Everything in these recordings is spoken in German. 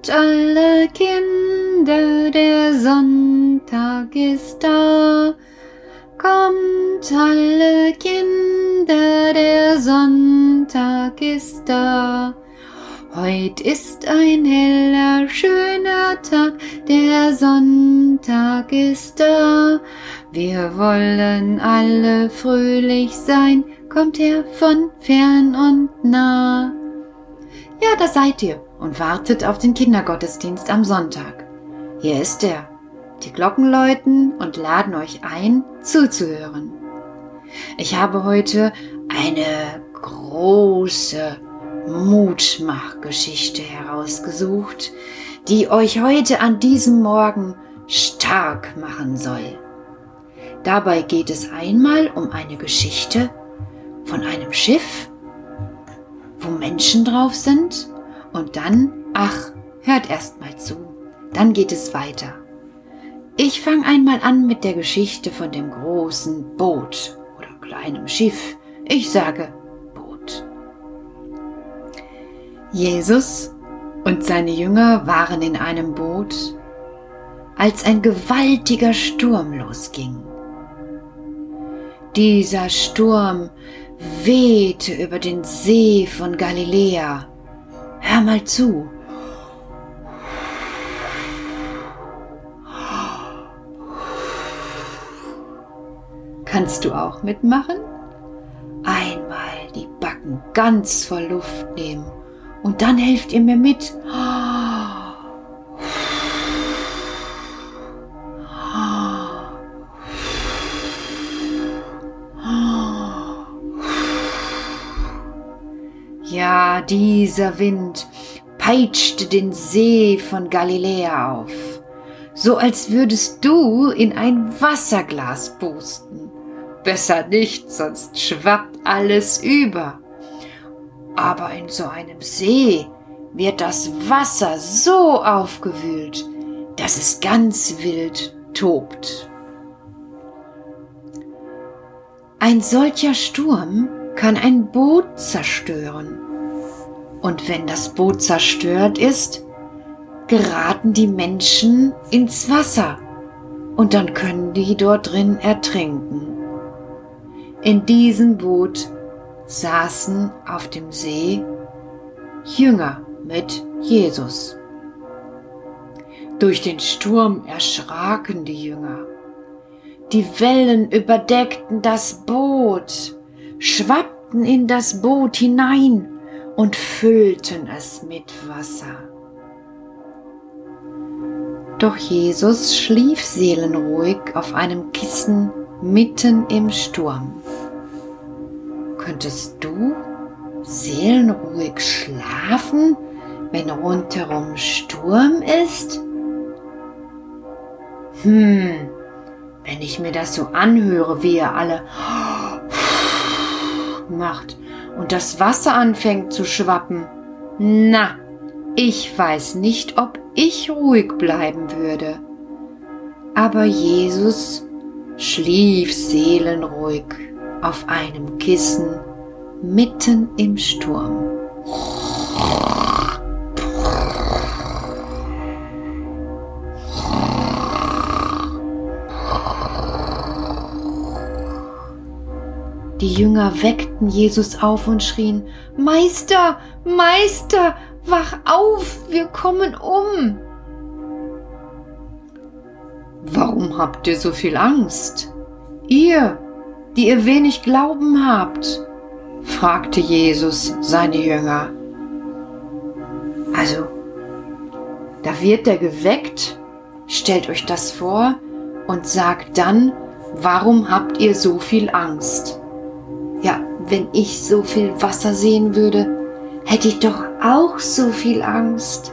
Kommt alle Kinder, der Sonntag ist da. Kommt alle Kinder, der Sonntag ist da. Heut ist ein heller, schöner Tag, der Sonntag ist da. Wir wollen alle fröhlich sein, kommt her von fern und nah. Ja, da seid ihr und wartet auf den Kindergottesdienst am Sonntag. Hier ist er. Die Glocken läuten und laden euch ein, zuzuhören. Ich habe heute eine große Mutmachgeschichte herausgesucht, die euch heute an diesem Morgen stark machen soll. Dabei geht es einmal um eine Geschichte von einem Schiff, wo Menschen drauf sind, und dann, hört erst mal zu, dann geht es weiter. Ich fange einmal an mit der Geschichte von dem großen Boot oder kleinem Schiff. Ich sage Boot. Jesus und seine Jünger waren in einem Boot, als ein gewaltiger Sturm losging. Dieser Sturm wehte über den See von Galiläa. Hör mal zu. Kannst du auch mitmachen? Einmal die Backen ganz voll Luft nehmen und dann helft ihr mir mit. Ja, dieser Wind peitschte den See von Galiläa auf, so als würdest du in ein Wasserglas pusten. Besser nicht, sonst schwappt alles über. Aber in so einem See wird das Wasser so aufgewühlt, dass es ganz wild tobt. Ein solcher Sturm kann ein Boot zerstören. Und wenn das Boot zerstört ist, geraten die Menschen ins Wasser und dann können die dort drin ertrinken. In diesem Boot saßen auf dem See Jünger mit Jesus. Durch den Sturm erschraken die Jünger. Die Wellen überdeckten das Boot, schwappten in das Boot hinein und füllten es mit Wasser. Doch Jesus schlief seelenruhig auf einem Kissen mitten im Sturm. Könntest du seelenruhig schlafen, wenn rundherum Sturm ist? Wenn ich mir das so anhöre, wie ihr alle macht und das Wasser anfängt zu schwappen, ich weiß nicht, ob ich ruhig bleiben würde. Aber Jesus schlief seelenruhig auf einem Kissen mitten im Sturm. Die Jünger weckten Jesus auf und schrien: Meister, Meister, wach auf, wir kommen um. Warum habt ihr so viel Angst? Ihr, die ihr wenig Glauben habt, fragte Jesus seine Jünger. Also, da wird er geweckt, stellt euch das vor und sagt dann, warum habt ihr so viel Angst? Ja, wenn ich so viel Wasser sehen würde, hätte ich doch auch so viel Angst.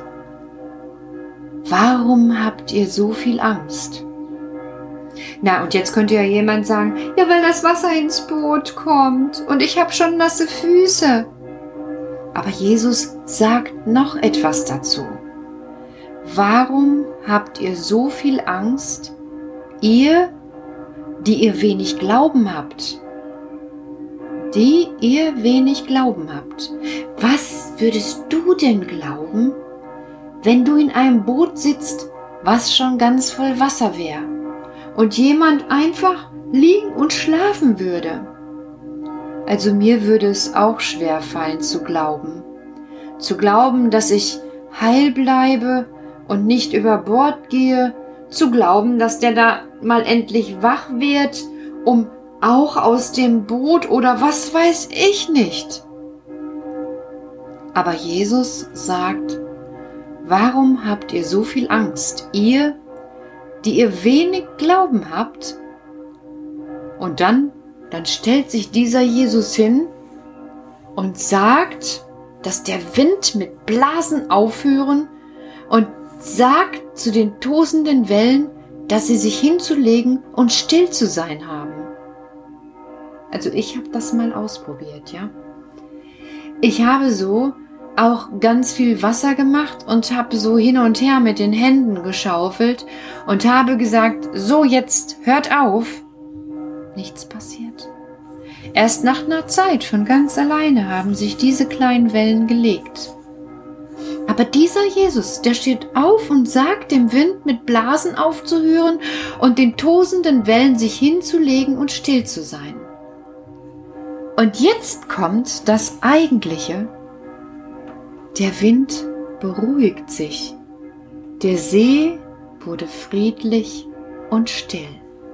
Warum habt ihr so viel Angst? Na, und jetzt könnte ja jemand sagen, ja, weil das Wasser ins Boot kommt und ich habe schon nasse Füße. Aber Jesus sagt noch etwas dazu. Warum habt ihr so viel Angst, ihr, die ihr wenig Glauben habt? Die ihr wenig Glauben habt. Was würdest du denn glauben, wenn du in einem Boot sitzt, was schon ganz voll Wasser wäre und jemand einfach liegen und schlafen würde. Also mir würde es auch schwer fallen zu glauben, dass ich heil bleibe und nicht über Bord gehe, zu glauben, dass der da mal endlich wach wird, um auch aus dem Boot oder was weiß ich nicht. Aber Jesus sagt, warum habt ihr so viel Angst, ihr, die ihr wenig Glauben habt? Und dann stellt sich dieser Jesus hin und sagt, dass der Wind mit Blasen aufhören und sagt zu den tosenden Wellen, dass sie sich hinzulegen und still zu sein haben. Also ich habe das mal ausprobiert, ja. Ich habe so auch ganz viel Wasser gemacht und habe so hin und her mit den Händen geschaufelt und habe gesagt, so jetzt hört auf. Nichts passiert. Erst nach einer Zeit von ganz alleine haben sich diese kleinen Wellen gelegt. Aber dieser Jesus, der steht auf und sagt dem Wind mit Blasen aufzuhören und den tosenden Wellen sich hinzulegen und still zu sein. Und jetzt kommt das Eigentliche. Der Wind beruhigt sich. Der See wurde friedlich und still.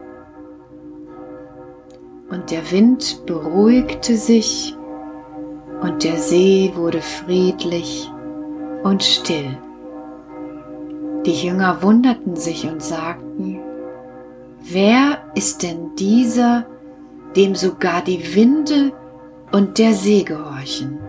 Und der Wind beruhigte sich und der See wurde friedlich und still. Die Jünger wunderten sich und sagten, wer ist denn dieser, dem sogar die Winde und der See gehorchen?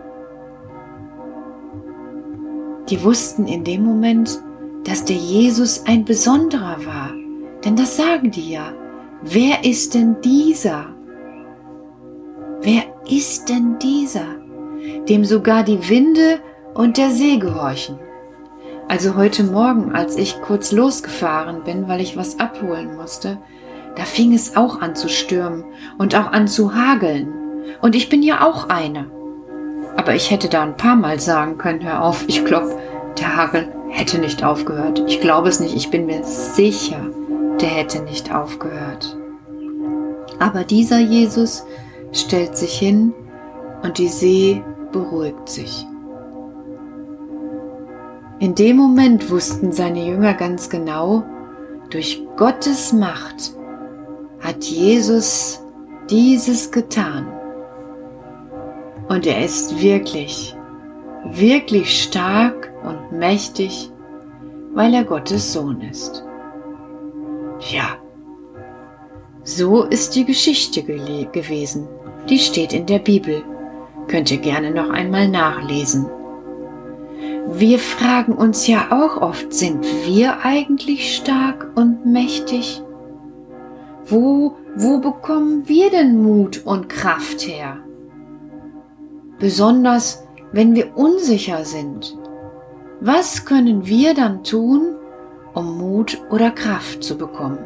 Die wussten in dem Moment, dass der Jesus ein Besonderer war, denn das sagen die ja. Wer ist denn dieser? Wer ist denn dieser, dem sogar die Winde und der See gehorchen? Also heute Morgen, als ich kurz losgefahren bin, weil ich was abholen musste, da fing es auch an zu stürmen und auch an zu hageln. Und ich bin ja auch eine. Aber ich hätte da ein paar Mal sagen können, hör auf, ich glaube, der Hagel hätte nicht aufgehört. Ich glaube es nicht, ich bin mir sicher, der hätte nicht aufgehört. Aber dieser Jesus stellt sich hin und die See beruhigt sich. In dem Moment wussten seine Jünger ganz genau, durch Gottes Macht hat Jesus dieses getan. Und er ist wirklich, wirklich stark und mächtig, weil er Gottes Sohn ist. Ja, so ist die Geschichte gewesen. Die steht in der Bibel. Könnt ihr gerne noch einmal nachlesen. Wir fragen uns ja auch oft, sind wir eigentlich stark und mächtig? Wo bekommen wir denn Mut und Kraft her? Besonders, wenn wir unsicher sind. Was können wir dann tun, um Mut oder Kraft zu bekommen?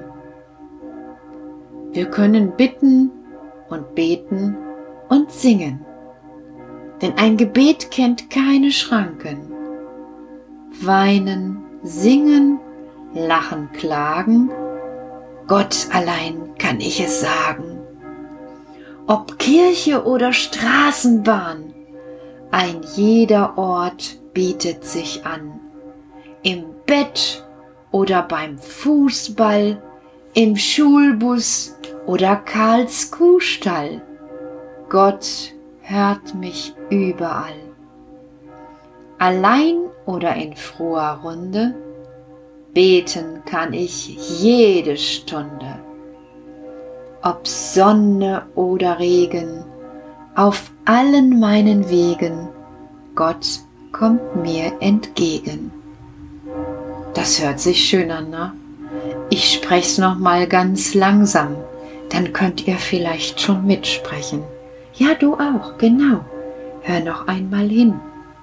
Wir können bitten und beten und singen. Denn ein Gebet kennt keine Schranken. Weinen, singen, lachen, klagen, Gott allein kann ich es sagen. Ob Kirche oder Straßenbahn, ein jeder Ort bietet sich an. Im Bett oder beim Fußball, im Schulbus oder Karls Kuhstall. Gott hört mich überall. Allein oder in froher Runde, beten kann ich jede Stunde. Ob Sonne oder Regen, auf allen meinen Wegen, Gott kommt mir entgegen. Das hört sich schön an, ne? Ich spreche es nochmal ganz langsam, dann könnt ihr vielleicht schon mitsprechen. Ja, du auch, genau. Hör noch einmal hin.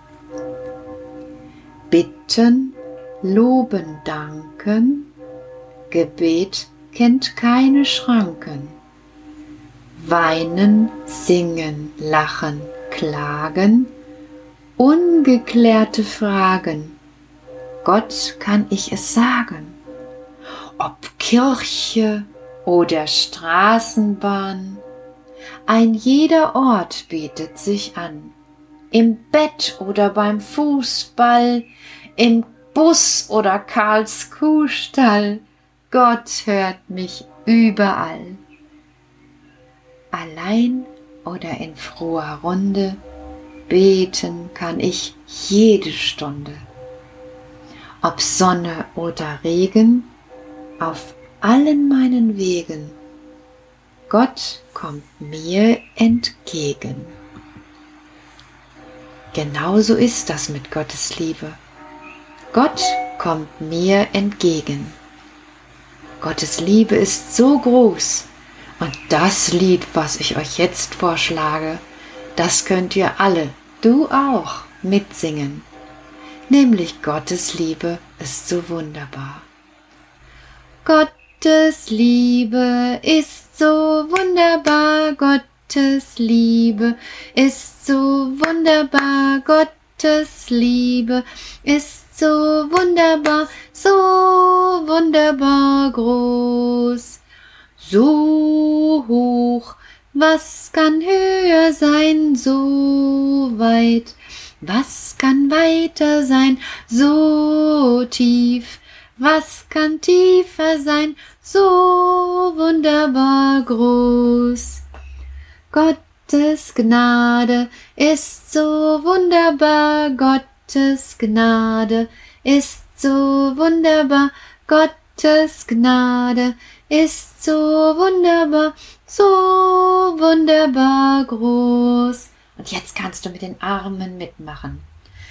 Bitten, loben, danken, Gebet kennt keine Schranken. Weinen, singen, lachen, klagen, ungeklärte Fragen. Gott kann ich es sagen. Ob Kirche oder Straßenbahn, ein jeder Ort bietet sich an. Im Bett oder beim Fußball, im Bus oder Karls Kuhstall, Gott hört mich überall. Allein oder in froher Runde, beten kann ich jede Stunde. Ob Sonne oder Regen, auf allen meinen Wegen, Gott kommt mir entgegen. Genauso ist das mit Gottes Liebe. Gott kommt mir entgegen. Gottes Liebe ist so groß und das Lied, was ich euch jetzt vorschlage, das könnt ihr alle, du auch, mitsingen. Nämlich Gottes Liebe ist so wunderbar. Gottes Liebe ist so wunderbar, Gottes Liebe ist so wunderbar, Gottes Liebe ist so wunderbar groß, so hoch, was kann höher sein, so weit, was kann weiter sein, so tief, was kann tiefer sein, so wunderbar groß. Gottes Gnade ist so wunderbar, Gottes Gnade ist so wunderbar, Gottes Gnade ist so wunderbar groß. Und jetzt kannst du mit den Armen mitmachen.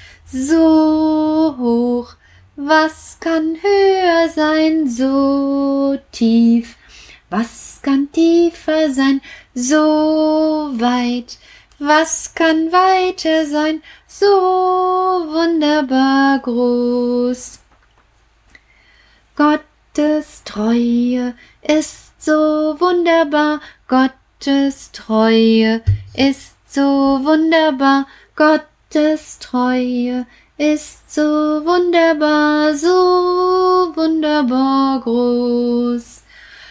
So hoch, was kann höher sein, so tief, was kann tiefer sein, so weit, was kann weiter sein, so wunderbar groß. Gottes Treue ist so wunderbar, Gottes Treue ist so wunderbar, Gottes Treue ist so wunderbar groß.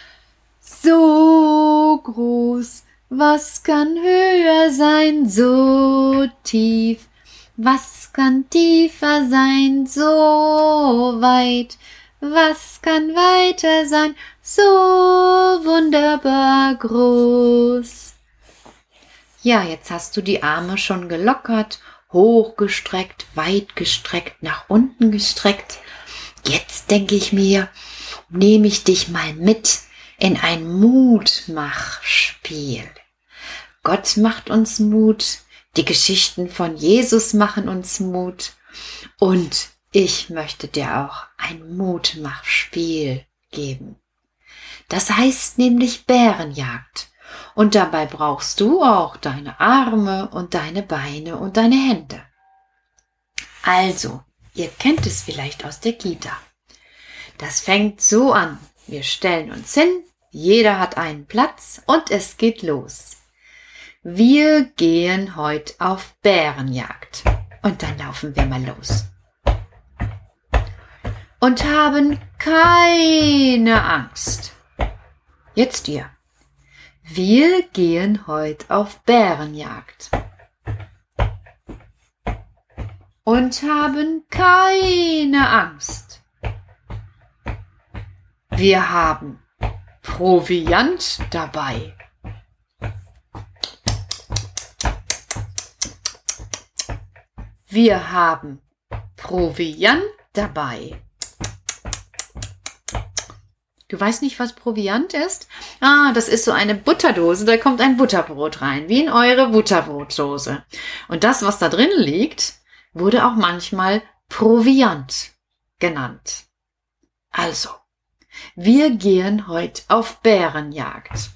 So groß, was kann höher sein, so tief, was kann tiefer sein, so weit, was kann weiter sein, so wunderbar groß. Ja, jetzt hast du die Arme schon gelockert, hochgestreckt, weit gestreckt, nach unten gestreckt. Jetzt denke ich mir, nehme ich dich mal mit in ein Mutmachspiel. Gott macht uns Mut, die Geschichten von Jesus machen uns Mut und ich möchte dir auch ein Mutmachspiel geben. Das heißt nämlich Bärenjagd. Und dabei brauchst du auch deine Arme und deine Beine und deine Hände. Also, ihr kennt es vielleicht aus der Kita. Das fängt so an. Wir stellen uns hin, jeder hat einen Platz und es geht los. Wir gehen heute auf Bärenjagd. Und dann laufen wir mal los. Und haben keine Angst. Jetzt ihr. Wir gehen heute auf Bärenjagd und haben keine Angst. Wir haben Proviant dabei. Wir haben Proviant dabei. Du weißt nicht, was Proviant ist? Das ist so eine Butterdose, da kommt ein Butterbrot rein, wie in eure Butterbrotdose. Und das, was da drin liegt, wurde auch manchmal Proviant genannt. Also, wir gehen heute auf Bärenjagd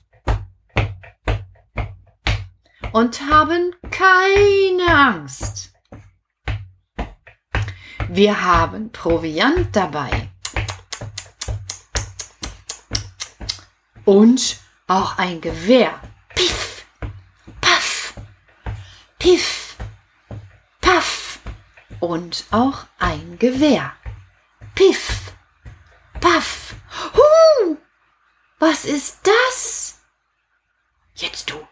und haben keine Angst. Wir haben Proviant dabei. Und auch ein Gewehr. Piff, paff, piff, paff. Und auch ein Gewehr. Piff, paff. Was ist das? Jetzt du.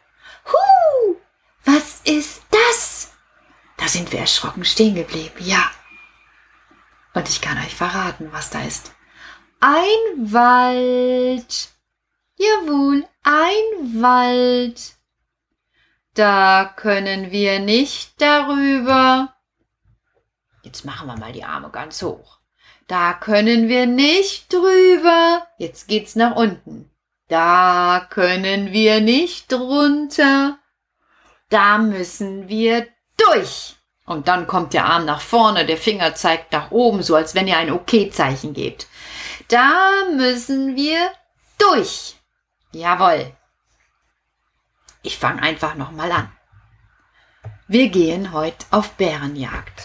Was ist das? Da sind wir erschrocken stehen geblieben, ja. Und ich kann euch verraten, was da ist. Ein Wald. Jawohl, ein Wald. Da können wir nicht darüber. Jetzt machen wir mal die Arme ganz hoch. Da können wir nicht drüber. Jetzt geht's nach unten. Da können wir nicht drunter. Da müssen wir durch. Und dann kommt der Arm nach vorne, der Finger zeigt nach oben, so als wenn ihr ein Okay-Zeichen gebt. Da müssen wir durch. Jawohl. Ich fange einfach nochmal an. Wir gehen heute auf Bärenjagd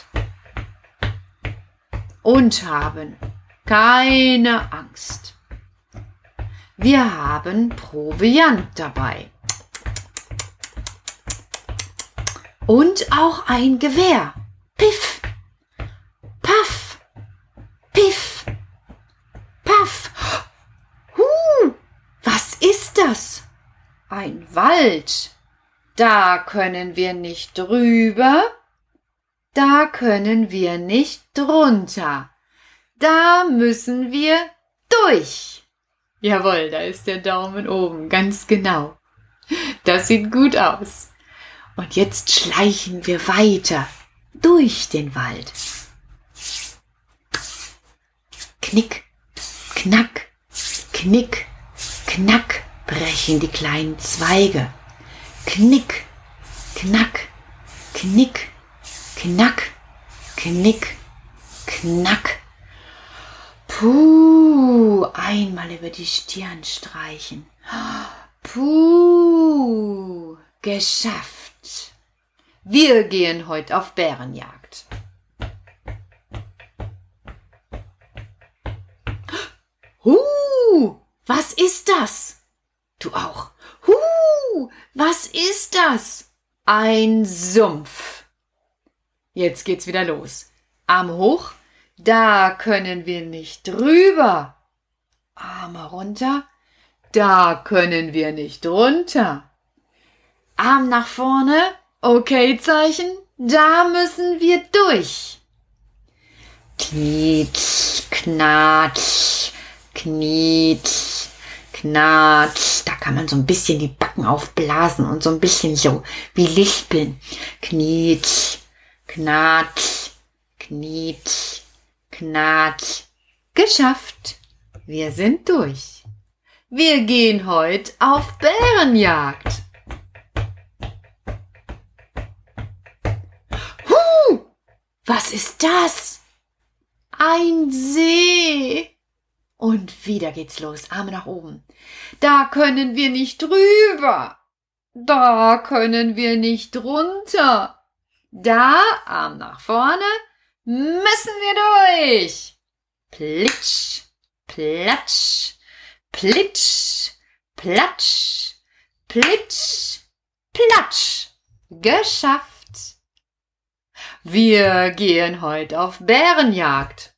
und haben keine Angst. Wir haben Proviant dabei und auch ein Gewehr. Piff, paff, piff, paff. Was ist das? Ein Wald. Da können wir nicht drüber. Da können wir nicht drunter. Da müssen wir durch. Jawohl, da ist der Daumen oben, ganz genau. Das sieht gut aus. Und jetzt schleichen wir weiter durch den Wald. Knick, knack, knick, knack brechen die kleinen Zweige. Knick, knack, knick, knack, knick, knack. Puh, einmal über die Stirn streichen. Puh, geschafft. Wir gehen heute auf Bärenjagd. Was ist das? Du auch. Was ist das? Ein Sumpf. Jetzt geht's wieder los. Arm hoch. Da können wir nicht drüber. Arme runter. Da können wir nicht drunter. Arm nach vorne. Okay-Zeichen. Da müssen wir durch. Knietsch, knatsch, knietsch, knatsch. Da kann man so ein bisschen die Backen aufblasen und so ein bisschen so wie lispeln. Knietsch, knatsch, knietsch, knatsch. Geschafft. Wir sind durch. Wir gehen heute auf Bärenjagd. Was ist das? Ein See. Und wieder geht's los. Arme nach oben. Da können wir nicht drüber. Da können wir nicht drunter. Da, Arm nach vorne, müssen wir durch. Plitsch, platsch, plitsch, platsch, plitsch, platsch. Geschafft. Wir gehen heute auf Bärenjagd.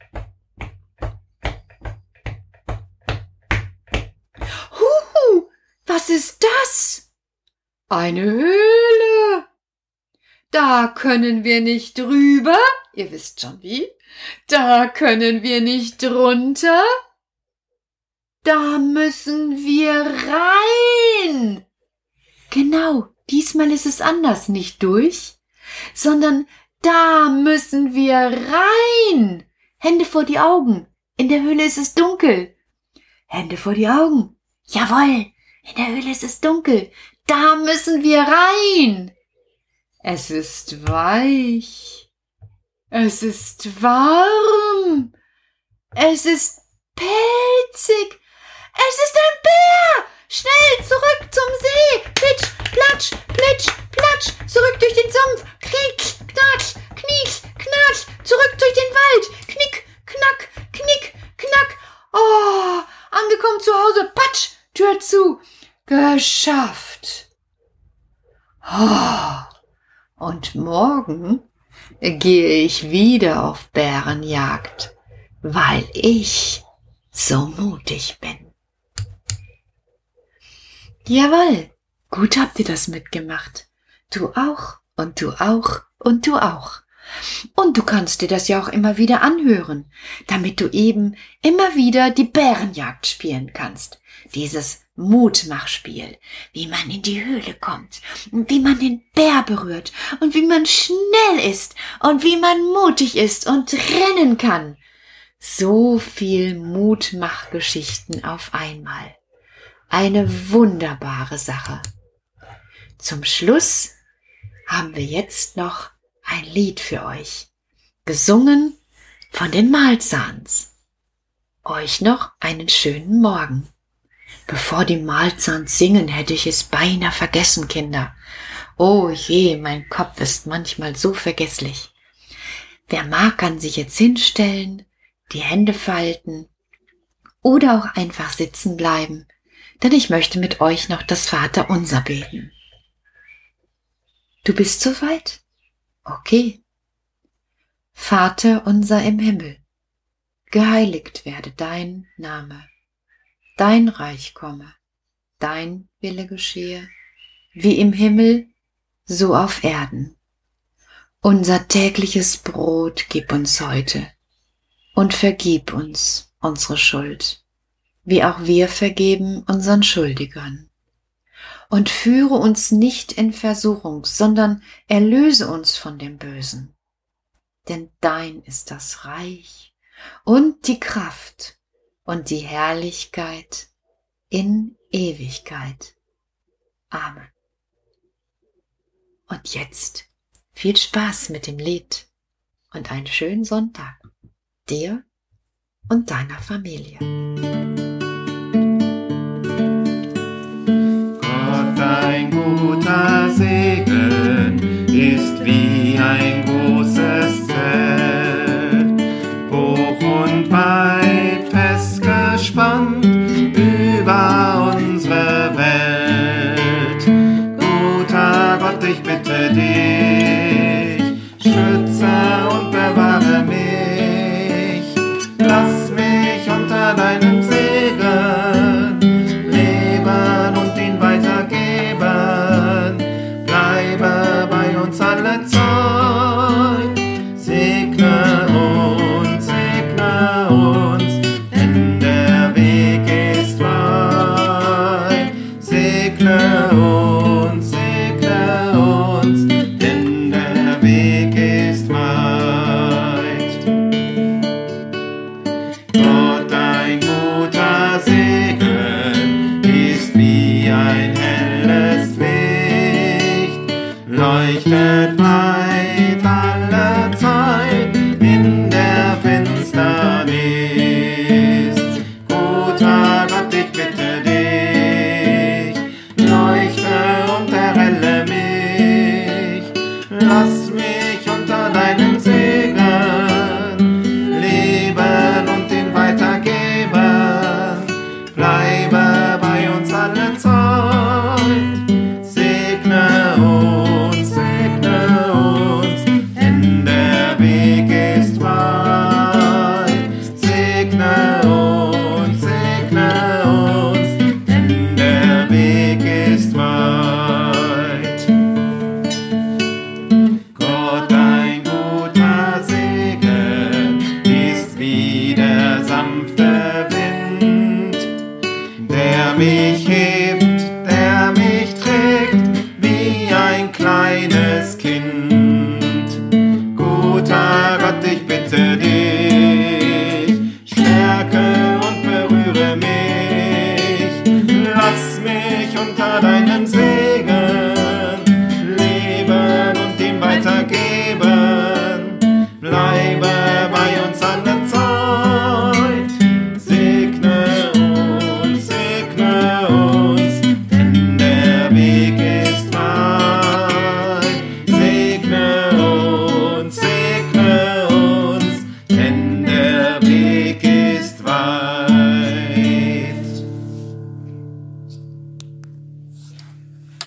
Was ist das? Eine Höhle. Da können wir nicht drüber. Ihr wisst schon wie. Da können wir nicht drunter. Da müssen wir rein. Genau, diesmal ist es anders. Nicht durch, sondern da müssen wir rein. Hände vor die Augen. In der Höhle ist es dunkel. Hände vor die Augen. Jawohl, in der Höhle ist es dunkel. Da müssen wir rein. Es ist weich. Es ist warm. Es ist pelzig. Es ist ein Bär. Schnell zurück zum See. Plitsch, platsch, plitsch, platsch. Zurück durch den Sumpf. Knick, knatsch, kniek, knatsch. Zurück durch den Wald. Knick, knack, knick, knack. Oh, angekommen zu Hause. Patsch, Tür zu. Geschafft. Oh. Und morgen gehe ich wieder auf Bärenjagd. weil ich so mutig bin. Jawohl, gut habt ihr das mitgemacht. Du auch und du auch und du auch. Und du kannst dir das ja auch immer wieder anhören, damit du eben immer wieder die Bärenjagd spielen kannst. Dieses Mutmachspiel, wie man in die Höhle kommt und wie man den Bär berührt und wie man schnell ist und wie man mutig ist und rennen kann. So viel Mutmachgeschichten auf einmal. Eine wunderbare Sache. Zum Schluss haben wir jetzt noch ein Lied für euch, gesungen von den Malzahns. Euch noch einen schönen Morgen. Bevor die Malzahns singen, hätte ich es beinahe vergessen, Kinder. Oh je, mein Kopf ist manchmal so vergesslich. Wer mag, kann sich jetzt hinstellen, die Hände falten oder auch einfach sitzen bleiben, denn ich möchte mit euch noch das Vaterunser beten. Du bist soweit? Okay. Vater unser im Himmel, geheiligt werde dein Name, dein Reich komme, dein Wille geschehe, wie im Himmel, so auf Erden. Unser tägliches Brot gib uns heute und vergib uns unsere Schuld, wie auch wir vergeben unseren Schuldigern. Und führe uns nicht in Versuchung, sondern erlöse uns von dem Bösen. Denn dein ist das Reich und die Kraft und die Herrlichkeit in Ewigkeit. Amen. Und jetzt viel Spaß mit dem Lied und einen schönen Sonntag dir und deiner Familie. Ein guter Segen ist wie ein großes Zelt, hoch und weit festgespannt über unsere Welt. Guter Gott, ich bitte dich, schütze und bewahre mich, lass mich unter deinem Segen leben und ihn weitergeben. Bleibe bei uns alle Zeit, segne uns, denn der Weg ist weit. Segne uns, denn der Weg ist weit. Gott, ein guter Segen ist wie ein helles Licht, leuchtet weit alle Zeit in der Finsternis. Guter Gott, ich bitte dich, leuchte und erhelle mich, lass mich unter deinem Segen leben und ihn weitergeben. Bleibe bei uns alle Zeit, segne uns, denn der Weg ist weit. Segne uns, denn der Weg ist weit. Gott, ein guter Segen ist wie der sanfte